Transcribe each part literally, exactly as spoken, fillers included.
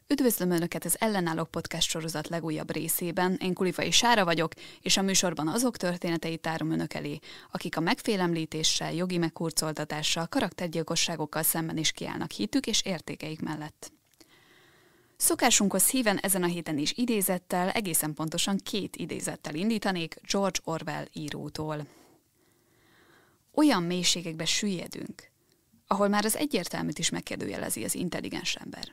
Üdvözlöm Önöket az Ellenállók podcast sorozat legújabb részében. Én Kulifai Sára vagyok, és a műsorban azok történeteit tárom Önök elé, akik a megfélemlítéssel, jogi meghurcoltatással, karaktergyilkosságokkal szemben is kiállnak hitük és értékeik mellett. Szokásunkhoz híven ezen a héten is idézettel, egészen pontosan két idézettel indítanék George Orwell írótól. Olyan mélységekbe süllyedünk, ahol már az egyértelműt is megkérdőjelezi az intelligens ember.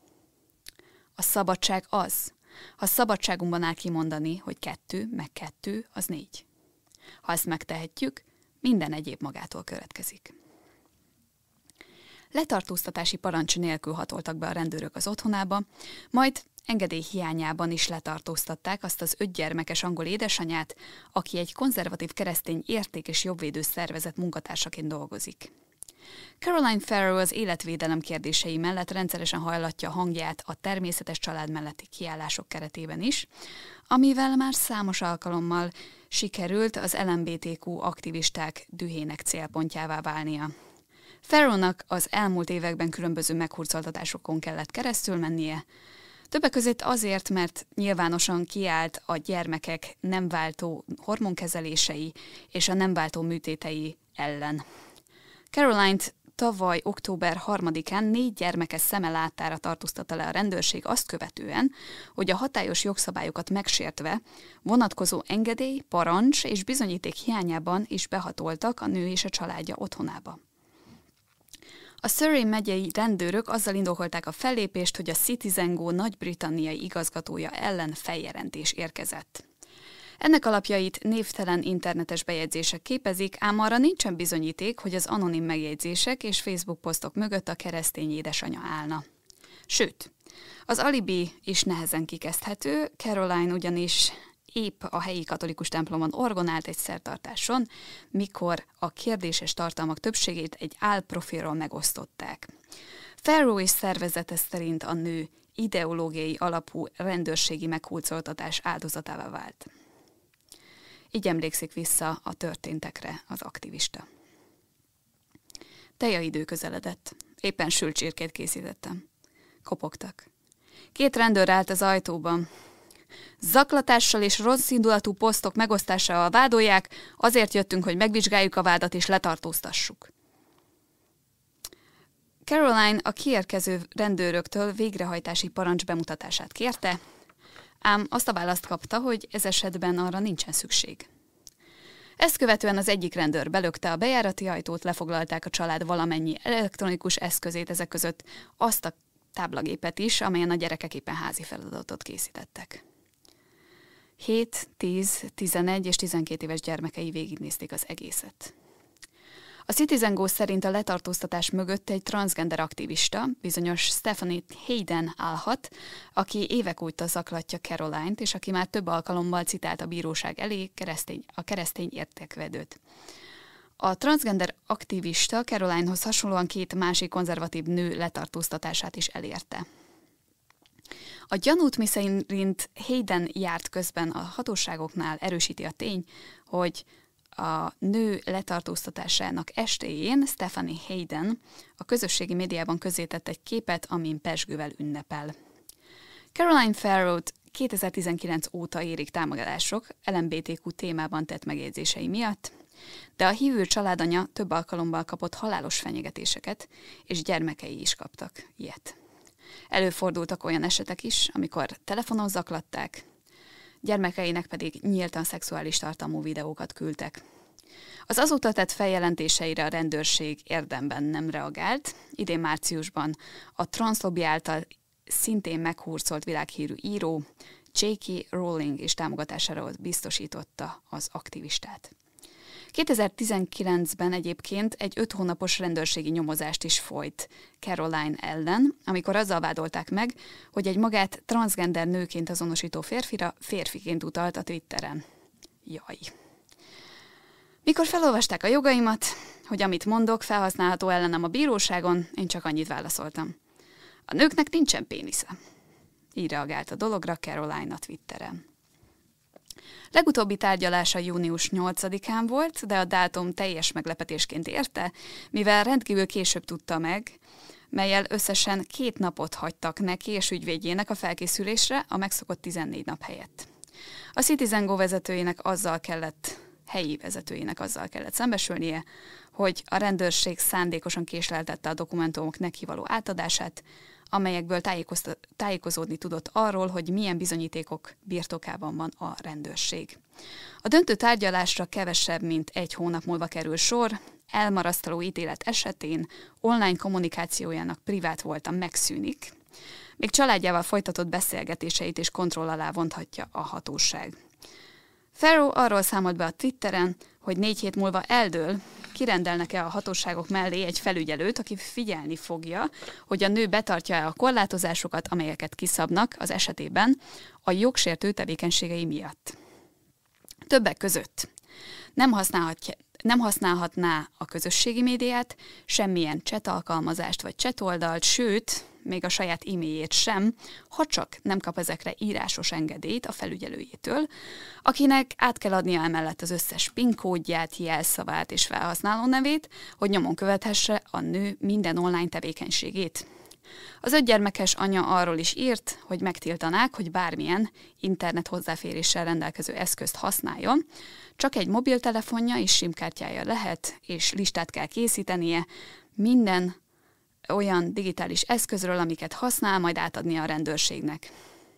A szabadság az, ha szabadságunkban áll kimondani, hogy kettő meg kettő az négy. Ha ezt megtehetjük, minden egyéb magától következik. Letartóztatási parancs nélkül hatoltak be a rendőrök az otthonába, majd engedély hiányában is letartóztatták azt az öt gyermekes angol édesanyát, aki egy konzervatív keresztény érték- és jogvédő szervezet munkatársaként dolgozik. Caroline Farrow az életvédelem kérdései mellett rendszeresen hallatja hangját a természetes család melletti kiállások keretében is, amivel már számos alkalommal sikerült az el em bé té kú aktivisták dühének célpontjává válnia. Farrownak az elmúlt években különböző meghurcoltatásokon kellett keresztül mennie, többek között azért, mert nyilvánosan kiállt a gyermekek nem váltó hormonkezelései és a nem váltó műtétei ellen. Caroline-t tavaly október harmadikán négy gyermekes szeme láttára tartóztatta le a rendőrség azt követően, hogy a hatályos jogszabályokat megsértve vonatkozó engedély, parancs és bizonyíték hiányában is behatoltak a nő és a családja otthonába. A Surrey megyei rendőrök azzal indokolták a fellépést, hogy a Citizen Go nagy-britanniai igazgatója ellen feljelentés érkezett. Ennek alapjait névtelen internetes bejegyzések képezik, ám arra nincsen bizonyíték, hogy az anonim megjegyzések és Facebook posztok mögött a keresztény édesanya állna. Sőt, az alibi is nehezen kikezdhető, Caroline ugyanis épp a helyi katolikus templomon orgonált egy szertartáson, mikor a kérdéses tartalmak többségét egy álprofilról megosztották. Farrow és szervezete szerint a nő ideológiai alapú rendőrségi meghurcoltatás áldozatává vált. Így emlékszik vissza a történtekre az aktivista. Tejaidő közeledett. Éppen sült csirkét készítettem. Kopogtak. Két rendőr állt az ajtóban. Zaklatással és rosszindulatú posztok megosztásával vádolják, azért jöttünk, hogy megvizsgáljuk a vádat és letartóztassuk. Caroline a kiérkező rendőröktől végrehajtási parancs bemutatását kérte, ám azt a választ kapta, hogy ez esetben arra nincsen szükség. Ezt követően az egyik rendőr belökte a bejárati ajtót, lefoglalták a család valamennyi elektronikus eszközét, ezek között azt a táblagépet is, amelyen a gyerekek éppen házi feladatot készítettek. hét, tíz, tizenegy és tizenkét éves gyermekei végignézték az egészet. A Citizen Go szerint a letartóztatás mögött egy transgender aktivista, bizonyos Stephanie Hayden állhat, aki évek óta zaklatja Caroline-t, és aki már több alkalommal citált a bíróság elé keresztény, a keresztény értékvédőt. A transgender aktivista Caroline-hoz hasonlóan két másik konzervatív nő letartóztatását is elérte. A gyanút miszerint Hayden járt közben a hatóságoknál erősíti a tény, hogy a nő letartóztatásának estéjén Stephanie Hayden a közösségi médiában közzétett egy képet, amin pezsgővel ünnepel. Caroline Farrow-t kétezer-tizenkilenc óta érik támogatások el em bé té kú témában tett megjegyzései miatt, de a hívő családanya több alkalommal kapott halálos fenyegetéseket, és gyermekei is kaptak ilyet. Előfordultak olyan esetek is, amikor telefonon zaklatták, gyermekeinek pedig nyíltan szexuális tartalmú videókat küldtek. Az azóta tett feljelentéseire a rendőrség érdemben nem reagált. Idén márciusban a transzlobi által szintén meghurcolt világhírű író jé ká. Rowling is támogatására biztosította az aktivistát. kétezer-tizenkilencben egyébként egy öt hónapos rendőrségi nyomozást is folyt Caroline ellen, amikor azzal vádolták meg, hogy egy magát transgender nőként azonosító férfira férfiként utalt a Twitteren. Jaj. Mikor felolvasták a jogaimat, hogy amit mondok, felhasználható ellenem a bíróságon, én csak annyit válaszoltam. A nőknek nincsen pénisze. Így reagált a dologra Caroline a Twitteren. Legutóbbi tárgyalása június nyolcadikán volt, de a dátum teljes meglepetésként érte, mivel rendkívül később tudta meg, mellyel összesen két napot hagytak neki és ügyvédjének a felkészülésre a megszokott tizennégy nap helyett. A Citizen Go vezetőjének azzal kellett, helyi vezetőjének azzal kellett szembesülnie, hogy a rendőrség szándékosan késleltette a dokumentumok neki való átadását, amelyekből tájékozódni tudott arról, hogy milyen bizonyítékok birtokában van a rendőrség. A döntő tárgyalásra kevesebb, mint egy hónap múlva kerül sor, elmarasztaló ítélet esetén online kommunikációjának privát volta megszűnik, még családjával folytatott beszélgetéseit is kontroll alá vonthatja a hatóság. Farrow arról számolt be a Twitteren, hogy négy hét múlva eldől, kirendelnek-e a hatóságok mellé egy felügyelőt, aki figyelni fogja, hogy a nő betartja-e a korlátozásokat, amelyeket kiszabnak az esetében a jogsértő tevékenységei miatt. Többek között nem használhatja, nem használhatná a közösségi médiát, semmilyen chat alkalmazást vagy chat oldalt, sőt, még a saját e-mailjét sem, ha csak nem kap ezekre írásos engedélyt a felügyelőjétől, akinek át kell adnia emellett az összes PIN kódját, jelszavát és felhasználó nevét, hogy nyomon követhesse a nő minden online tevékenységét. Az ötgyermekes anya arról is írt, hogy megtiltanák, hogy bármilyen internet hozzáféréssel rendelkező eszközt használjon, csak egy mobiltelefonja és simkártyája lehet, és listát kell készítenie minden olyan digitális eszközről, amiket használ, majd átadni a rendőrségnek.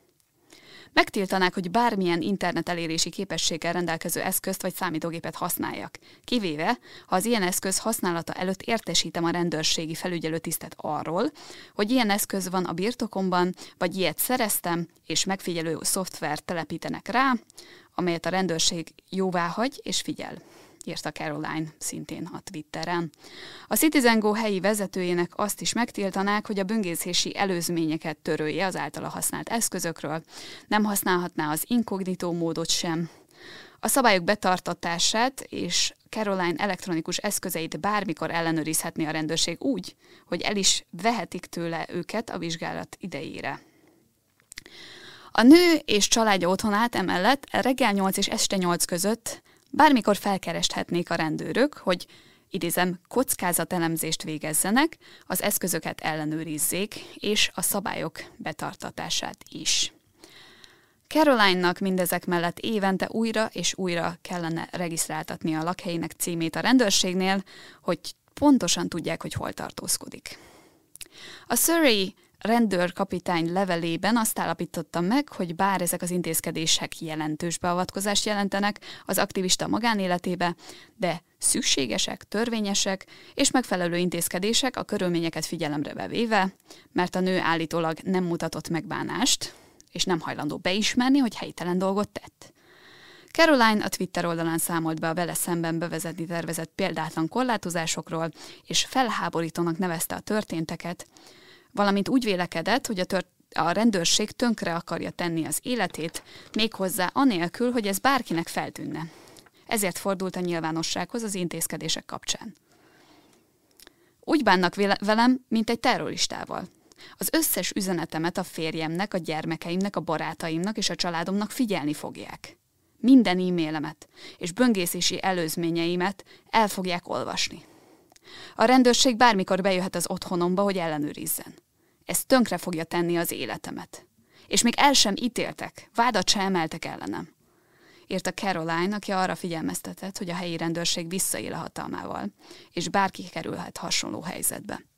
Megtiltanák, hogy bármilyen internet elérési képességgel rendelkező eszközt vagy számítógépet használjak, kivéve, ha az ilyen eszköz használata előtt értesítem a rendőrségi felügyelőtisztet arról, hogy ilyen eszköz van a birtokomban, vagy ilyet szereztem, és megfigyelő szoftvert telepítenek rá, amelyet a rendőrség jóváhagy és figyel, írta Caroline szintén a Twitteren. A Citizen Go helyi vezetőjének azt is megtiltanák, hogy a böngészési előzményeket törölje az általa használt eszközökről, nem használhatná az inkognitó módot sem. A szabályok betartatását és Caroline elektronikus eszközeit bármikor ellenőrizhetné a rendőrség úgy, hogy el is vehetik tőle őket a vizsgálat idejére. A nő és családja otthonát emellett reggel nyolc és este nyolc között bármikor felkereshetnék a rendőrök, hogy, idézem, kockázatelemzést végezzenek, az eszközöket ellenőrizzék, és a szabályok betartatását is. Caroline-nak mindezek mellett évente újra és újra kellene regisztráltatni a lakhelyének címét a rendőrségnél, hogy pontosan tudják, hogy hol tartózkodik. A Surrey rendőrkapitány levelében azt állapította meg, hogy bár ezek az intézkedések jelentős beavatkozást jelentenek az aktivista magánéletébe, de szükségesek, törvényesek és megfelelő intézkedések a körülményeket figyelembe véve, mert a nő állítólag nem mutatott megbánást, és nem hajlandó beismerni, hogy helytelen dolgot tett. Caroline a Twitter oldalán számolt be a vele szemben bevezetni tervezett példátlan korlátozásokról, és felháborítónak nevezte a történteket, valamint úgy vélekedett, hogy a, tört- a rendőrség tönkre akarja tenni az életét, méghozzá anélkül, hogy ez bárkinek feltűnne. Ezért fordult a nyilvánossághoz az intézkedések kapcsán. Úgy bánnak véle- velem, mint egy terroristával. Az összes üzenetemet a férjemnek, a gyermekeimnek, a barátaimnak és a családomnak figyelni fogják. Minden e-mailemet és böngészési előzményeimet el fogják olvasni. A rendőrség bármikor bejöhet az otthonomba, hogy ellenőrizzen. Ez tönkre fogja tenni az életemet. És még el sem ítéltek, vádat sem emeltek ellenem. Írta Caroline, aki arra figyelmeztetett, hogy a helyi rendőrség visszaél a hatalmával, és bárki kerülhet hasonló helyzetbe.